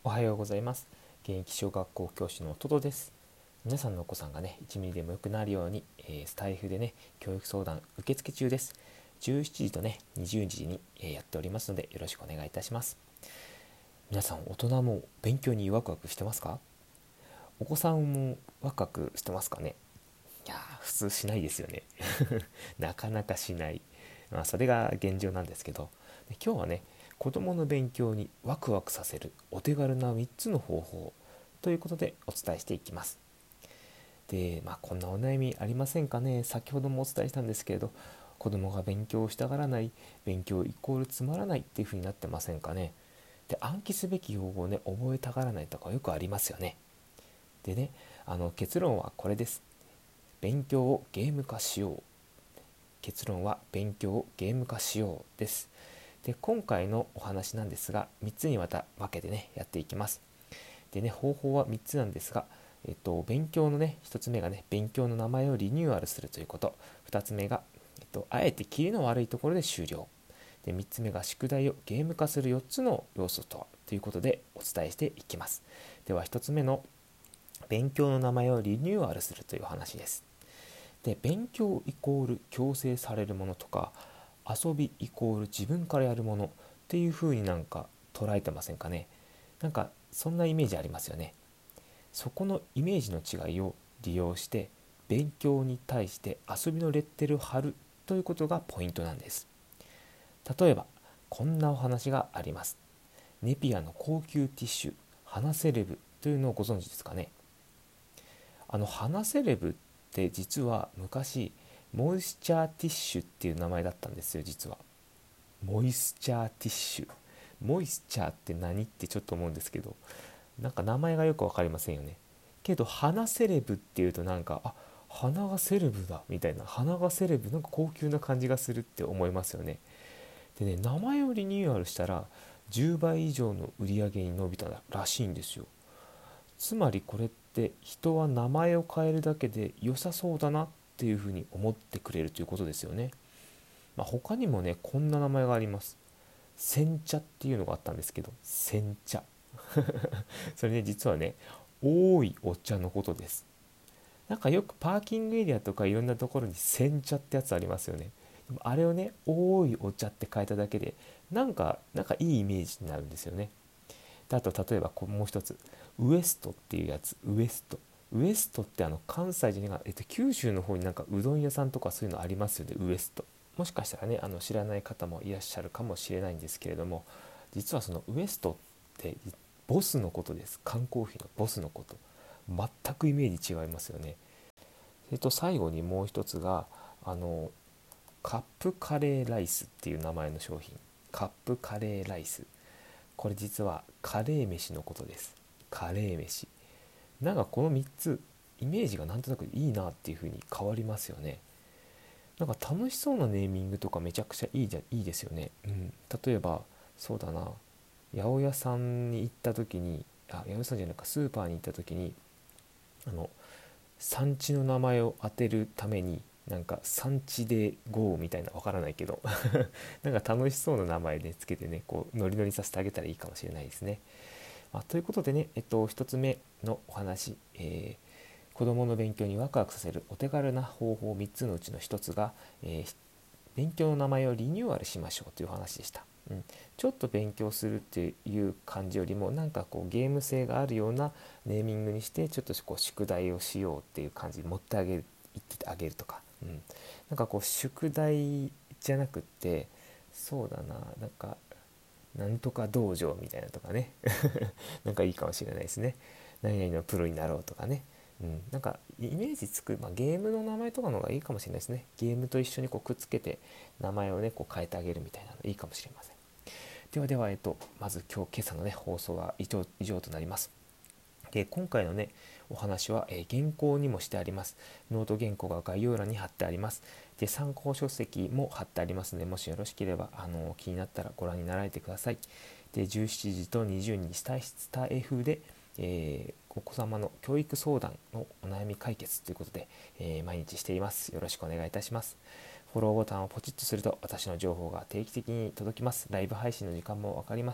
おはようございます。現役小学校教師のトトです。皆さんのお子さんがね、1ミリでも良くなるように、スタイフでね、教育相談受付中です。17時とね、20時に、やっておりますので、よろしくお願いいたします。皆さん、大人も勉強にワクワクしてますか？お子さんもワクワクしてますかね？いやー、普通しないですよね。なかなかしない。それが現状なんですけど、今日はね、子どもの勉強にワクワクさせるお手軽な3つの方法ということでお伝えしていきます。で、こんなお悩みありませんかね。先ほどもお伝えしたんですけれど、子どもが勉強をしたがらない、勉強イコールつまらないっていう風になってませんかね。で、暗記すべき用語をね、覚えたがらないとかよくありますよね。でね、結論はこれです。勉強をゲーム化しよう。結論は勉強をゲーム化しようです。で、今回のお話なんですが、3つにまた分けてね、やっていきます。でね、方法は3つなんですが、勉強のね、1つ目がね、勉強の名前をリニューアルするということ。2つ目が、あえてキリの悪いところで終了。で、3つ目が宿題をゲーム化する4つの要素とはということでお伝えしていきます。では1つ目の勉強の名前をリニューアルするという話です。で、勉強イコール強制されるものとか、遊びイコール自分からやるものっていう風になんか捉えてませんかね。なんかそんなイメージありますよね。そこのイメージの違いを利用して勉強に対して遊びのレッテルを貼るということがポイントなんです。例えばこんなお話があります。ネピアの高級ティッシュ花セレブというのをご存知ですかね。花セレブって実は昔モイスチャーティッシュっていう名前だったんですよ。実はモイスチャーティッシュ、モイスチャーって何ってちょっと思うんですけど、なんか名前がよく分かりませんよね。けど花セレブっていうとなんか、花がセレブだみたいな、花がセレブなんか高級な感じがするって思いますよね。でね、名前をリニューアルしたら10倍以上の売り上げに伸びたらしいんですよ。つまりこれって人は名前を変えるだけで良さそうだなっていうふうに思ってくれるということですよね。他にもね、こんな名前があります。煎茶っていうのがあったんですけど、煎茶それね、実はね、多いお茶のことです。なんかよくパーキングエリアとかいろんなところに煎茶ってやつありますよね。でもあれをね、多いお茶って変えただけで、なんかいいイメージになるんですよね。で、あと例えばもう一つ、ウエストっていうやつ、ウエスト。ウエストって関西人が、九州の方になんかうどん屋さんとかそういうのありますよね、ウエスト。もしかしたらね、知らない方もいらっしゃるかもしれないんですけれども、実はそのウエストってボスのことです。缶コーヒーのボスのこと。全くイメージ違いますよね。最後にもう一つが、あの、カップカレーライスっていう名前の商品。カップカレーライス。これ実はカレー飯のことです。カレー飯。なんかこの3つ、イメージがなんとなくいいなっていう風に変わりますよね。なんか楽しそうなネーミングとかめちゃくちゃいいですよね。うん。例えば、そうだな、八百屋さんに行った時に、八百屋さんじゃないか、スーパーに行った時に、あの、産地の名前を当てるために、なんか産地で GO みたいな、わからないけどなんか楽しそうな名前でつけてね、こうノリノリさせてあげたらいいかもしれないですね。ということでね、1つ目のお話、子どもの勉強にワクワクさせるお手軽な方法3つのうちの1つが、勉強の名前をリニューアルしましょうという話でした。ちょっと勉強するっていう感じよりも、なんかこうゲーム性があるようなネーミングにして、ちょっとこう宿題をしようっていう感じに持ってあげる、言ってあげるとか、なんかこう宿題じゃなくって、そうだな、なんかなんとか道場みたいなとかねなんかいいかもしれないですね。何々のプロになろうとかね。なんかイメージつく、ゲームの名前とかの方がいいかもしれないですね。ゲームと一緒にこうくっつけて名前をねこう変えてあげるみたいなのいいかもしれません。では、まず今朝のね放送は以上となります。で、今回のねお話は、原稿にもしてあります。ノート原稿が概要欄に貼ってあります。で、参考書籍も貼ってありますので、もしよろしければ気になったらご覧になられてください。で、17時と20時にスタイフで、お子様の教育相談のお悩み解決ということで、毎日しています。よろしくお願いいたします。フォローボタンをポチッとすると私の情報が定期的に届きます。ライブ配信の時間もわかります。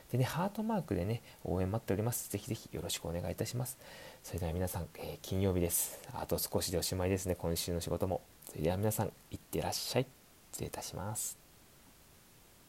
でね、ハートマークでね、応援待っております。ぜひぜひよろしくお願いいたします。それでは皆さん、金曜日です。あと少しでおしまいですね、今週の仕事も。それでは皆さん、いってらっしゃい。失礼いたします。